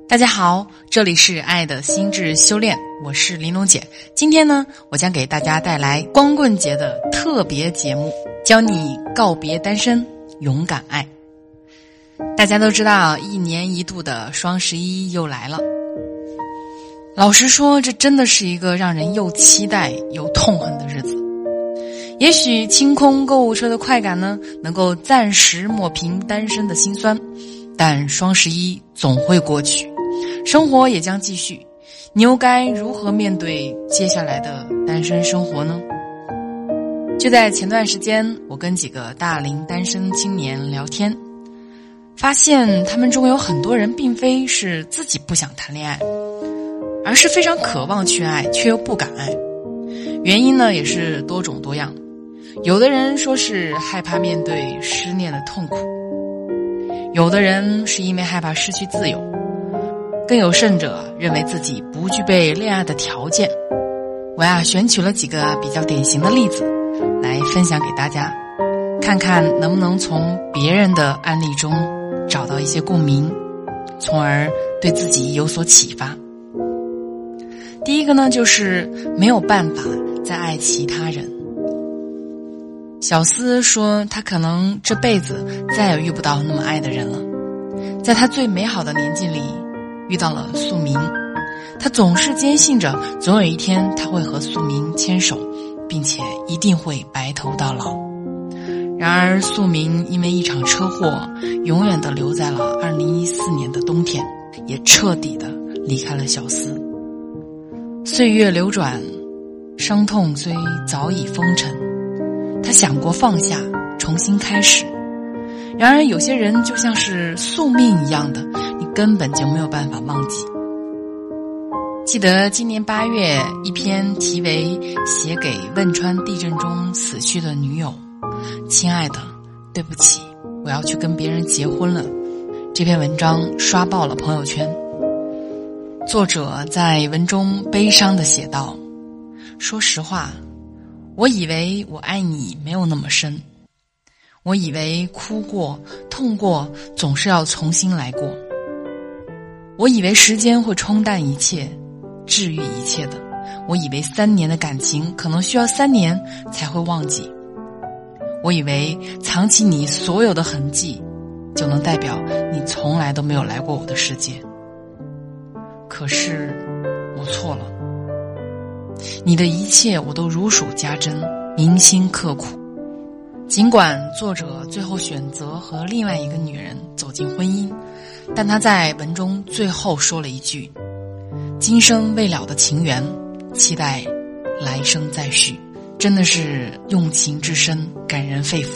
大家好，这里是爱的心智修炼，我是玲珑姐。今天呢，我将给大家带来光棍节的特别节目，教你告别单身，勇敢爱。大家都知道，一年一度的双11又来了。老实说，这真的是一个让人又期待又痛恨的日子。也许清空购物车的快感呢，能够暂时抹平单身的辛酸，但双11总会过去，生活也将继续。你又该如何面对接下来的单身生活呢？就在前段时间，我跟几个大龄单身青年聊天，发现他们中有很多人并非是自己不想谈恋爱，而是非常渴望去爱，却又不敢爱。原因呢，也是多种多样。有的人说是害怕面对失恋的痛苦，有的人是因为害怕失去自由，更有甚者认为自己不具备恋爱的条件。我选取了几个比较典型的例子来分享给大家，看看能不能从别人的案例中找到一些共鸣，从而对自己有所启发。第一个呢，就是没有办法再爱其他人。小思说，他可能这辈子再也遇不到那么爱的人了。在他最美好的年纪里遇到了素明，他总是坚信着总有一天他会和素明牵手，并且一定会白头到老。然而素明因为一场车祸永远地留在了2014年的冬天，也彻底地离开了小思。岁月流转，伤痛虽早已封尘，他想过放下，重新开始。然而有些人就像是宿命一样的，你根本就没有办法忘记。记得今年8月，一篇题为写给汶川地震中死去的女友，亲爱的，对不起，我要去跟别人结婚了，这篇文章刷爆了朋友圈。作者在文中悲伤地写道，说实话，我以为我爱你没有那么深，我以为哭过痛过总是要重新来过，我以为时间会冲淡一切，治愈一切的，我以为3年的感情可能需要3年才会忘记，我以为藏起你所有的痕迹就能代表你从来都没有来过我的世界。可是我错了，你的一切我都如数家珍，铭心刻苦。尽管作者最后选择和另外一个女人走进婚姻，但他在文中最后说了一句，今生未了的情缘，期待来生再续，真的是用情至深，感人肺腑。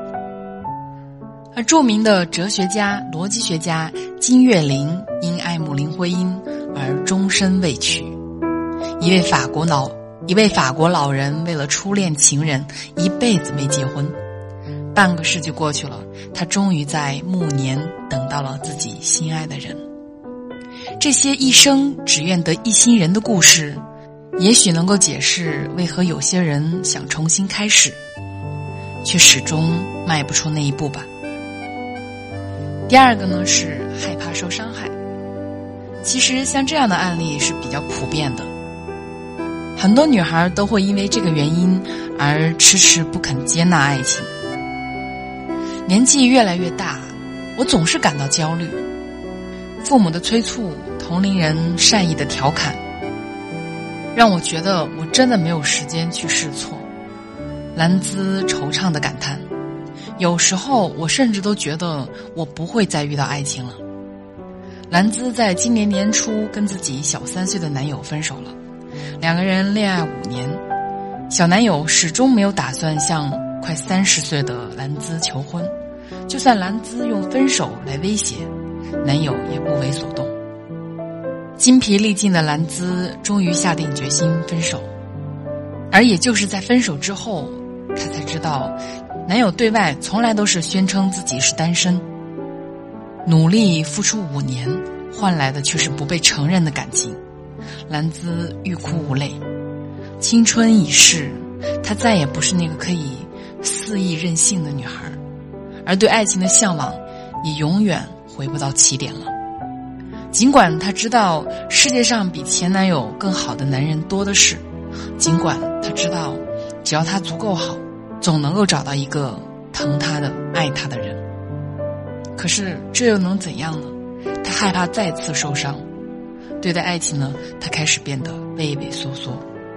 而著名的哲学家、逻辑学家金岳霖因爱慕林徽因而终身未娶。一位法国老人为了初恋情人一辈子没结婚，半个世纪过去了，他终于在暮年等到了自己心爱的人。这些一生只愿得一心人的故事，也许能够解释为何有些人想重新开始，却始终迈不出那一步吧。第二个呢，是害怕受伤害。其实像这样的案例是比较普遍的，很多女孩都会因为这个原因而迟迟不肯接纳爱情。年纪越来越大，我总是感到焦虑，父母的催促，同龄人善意的调侃，让我觉得我真的没有时间去试错。兰兹惆怅的感叹，有时候我甚至都觉得我不会再遇到爱情了。兰兹在今年年初跟自己小3岁的男友分手了，2个人恋爱5年，小男友始终没有打算向快30岁的兰兹求婚，就算兰兹用分手来威胁，男友也不为所动。精疲力尽的兰兹终于下定决心分手，而也就是在分手之后，她才知道男友对外从来都是宣称自己是单身，努力付出5年，换来的却是不被承认的感情。兰兹欲哭无泪，青春已逝，她再也不是那个可以肆意任性的女孩，而对爱情的向往也永远回不到起点了。 尽管她知道世界上比前男友更好的男人多的是，尽管她知道只要她足够好，总能够找到一个疼她的、爱她的人。可是这又能怎样呢？她害怕再次受伤，对待爱情呢，她开始变得畏畏缩缩。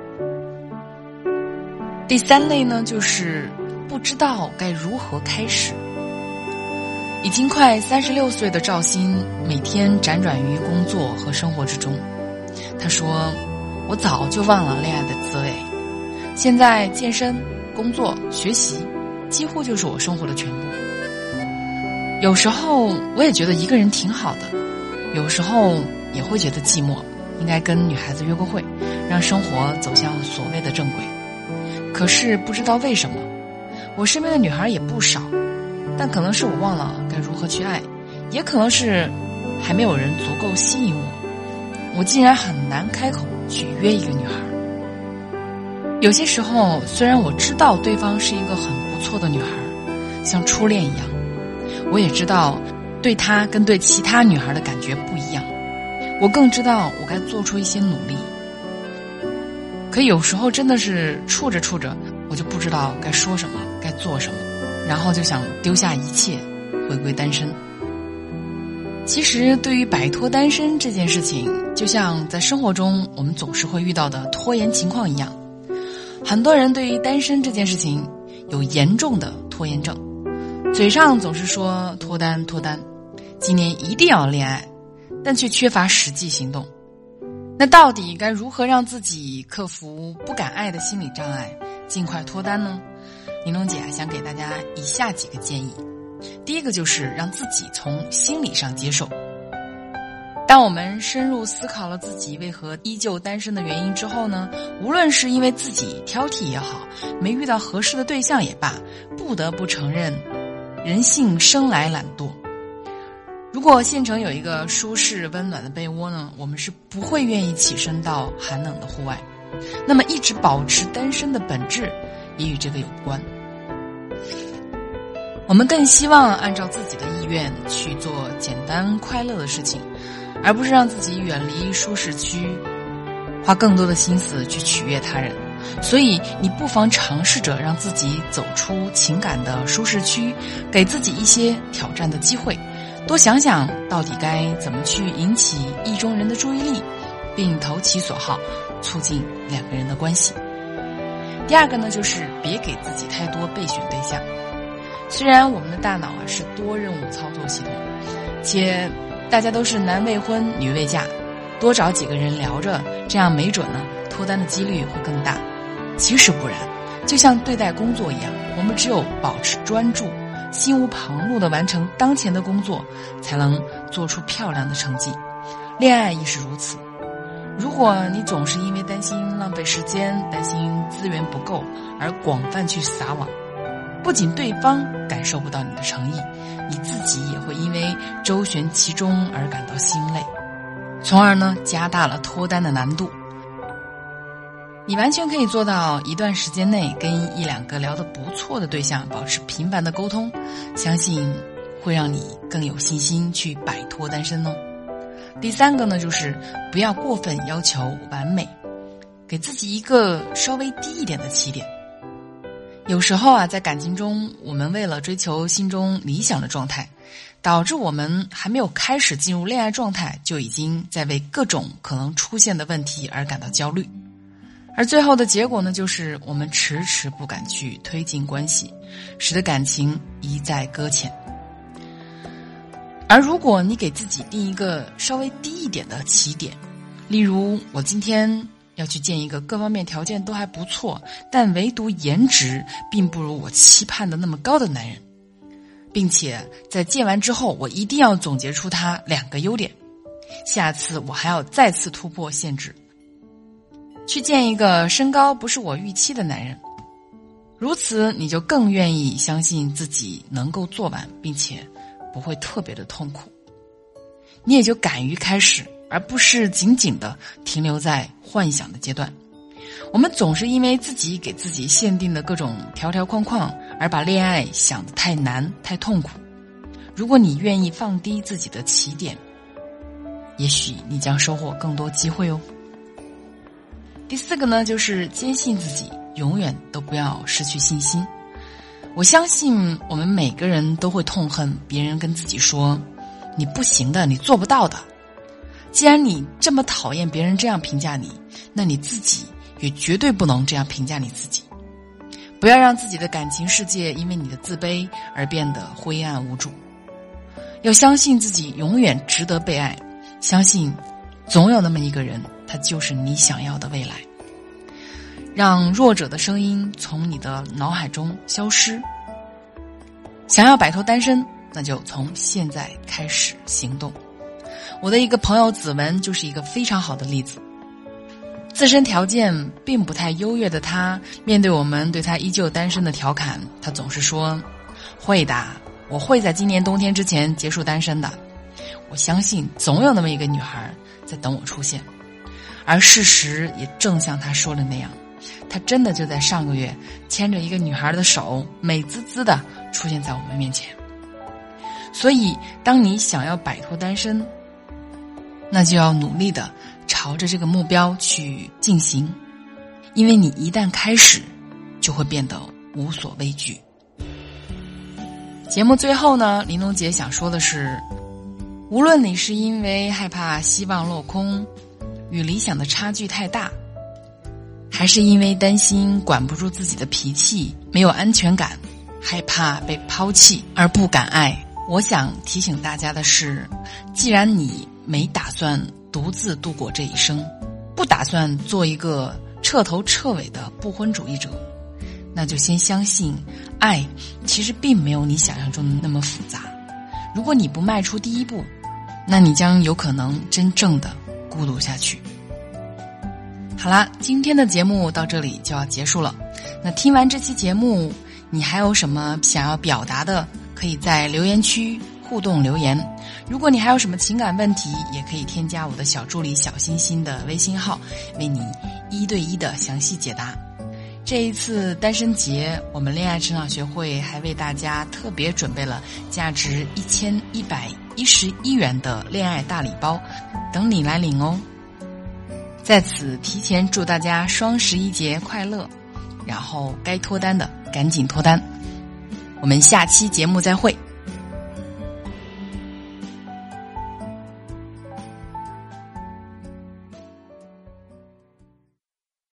第三类呢，就是不知道该如何开始。已经快36岁的赵鑫每天辗转于工作和生活之中。他说，我早就忘了恋爱的滋味，现在健身、工作、学习几乎就是我生活的全部。有时候我也觉得一个人挺好的，有时候也会觉得寂寞，应该跟女孩子约个会，让生活走向所谓的正轨。可是不知道为什么，我身边的女孩也不少，但可能是我忘了该如何去爱，也可能是还没有人足够吸引我竟然很难开口去约一个女孩。有些时候，虽然我知道对方是一个很不错的女孩，像初恋一样，我也知道对她跟对其他女孩的感觉不一样，我更知道我该做出一些努力。可有时候真的是处着处着，我就不知道该说什么，该做什么，然后就想丢下一切，回归单身。其实对于摆脱单身这件事情，就像在生活中我们总是会遇到的拖延情况一样，很多人对于单身这件事情有严重的拖延症，嘴上总是说脱单脱单，今年一定要恋爱，但却缺乏实际行动。那到底该如何让自己克服不敢爱的心理障碍，尽快脱单呢？玲珑姐想给大家以下几个建议。第一个就是让自己从心理上接受。当我们深入思考了自己为何依旧单身的原因之后呢，无论是因为自己挑剔也好，没遇到合适的对象也罢，不得不承认人性生来懒惰。如果县城有一个舒适温暖的被窝呢，我们是不会愿意起身到寒冷的户外。那么一直保持单身的本质也与这个有关。我们更希望按照自己的意愿去做简单快乐的事情，而不是让自己远离舒适区，花更多的心思去取悦他人。所以你不妨尝试着让自己走出情感的舒适区，给自己一些挑战的机会，多想想到底该怎么去引起意中人的注意力，并投其所好，促进两个人的关系。第二个呢，就是别给自己太多备选对象。虽然我们的大脑是多任务操作系统，且大家都是男未婚女未嫁，多找几个人聊着，这样没准呢脱单的几率会更大。其实不然，就像对待工作一样，我们只有保持专注，心无旁骛地完成当前的工作，才能做出漂亮的成绩。恋爱也是如此。如果你总是因为担心浪费时间，担心资源不够而广泛去撒网，不仅对方感受不到你的诚意，你自己也会因为周旋其中而感到心累，从而呢加大了脱单的难度。你完全可以做到一段时间内跟一两个聊得不错的对象保持频繁的沟通，相信会让你更有信心去摆脱单身哦。第三个呢，就是不要过分要求完美，给自己一个稍微低一点的起点。有时候在感情中，我们为了追求心中理想的状态，导致我们还没有开始进入恋爱状态，就已经在为各种可能出现的问题而感到焦虑。而最后的结果呢，就是我们迟迟不敢去推进关系，使得感情一再搁浅。而如果你给自己定一个稍微低一点的起点，例如我今天要去见一个各方面条件都还不错，但唯独颜值并不如我期盼的那么高的男人，并且在见完之后我一定要总结出他2个优点，下次我还要再次突破限制，去见一个身高不是我预期的男人。如此你就更愿意相信自己能够做完，并且不会特别的痛苦，你也就敢于开始，而不是紧紧地停留在幻想的阶段。我们总是因为自己给自己限定的各种条条框框，而把恋爱想得太难太痛苦。如果你愿意放低自己的起点， 也许你将收获更多机会哦。第4个呢，就是坚信自己，永远都不要失去信心。我相信我们每个人都会痛恨别人跟自己说你不行的，你做不到的。既然你这么讨厌别人这样评价你，那你自己也绝对不能这样评价你自己。不要让自己的感情世界因为你的自卑而变得灰暗无助。要相信自己永远值得被爱，相信总有那么一个人，他就是你想要的未来。让弱者的声音从你的脑海中消失。想要摆脱单身，那就从现在开始行动。我的一个朋友子文就是一个非常好的例子。自身条件并不太优越的他，面对我们对他依旧单身的调侃，他总是说，会的，我会在今年冬天之前结束单身的。我相信总有那么一个女孩在等我出现。而事实也正像他说的那样，他真的就在上个月牵着一个女孩的手，美滋滋的出现在我们面前。所以当你想要摆脱单身，那就要努力的朝着这个目标去进行，因为你一旦开始，就会变得无所畏惧。节目最后呢，玲珑姐想说的是，无论你是因为害怕希望落空，与理想的差距太大，还是因为担心管不住自己的脾气，没有安全感，害怕被抛弃而不敢爱，我想提醒大家的是，既然你没打算独自度过这一生，不打算做一个彻头彻尾的不婚主义者，那就先相信爱其实并没有你想象中的那么复杂。如果你不迈出第一步，那你将有可能真正的孤独下去。好啦，今天的节目到这里就要结束了。那听完这期节目，你还有什么想要表达的，可以在留言区互动留言。如果你还有什么情感问题，也可以添加我的小助理小星星的微信号，为你1对1的详细解答。这一次单身节，我们恋爱成长学会还为大家特别准备了价值1111元的恋爱大礼包，等你来领哦。在此提前祝大家双11节快乐，然后该脱单的赶紧脱单。我们下期节目再会。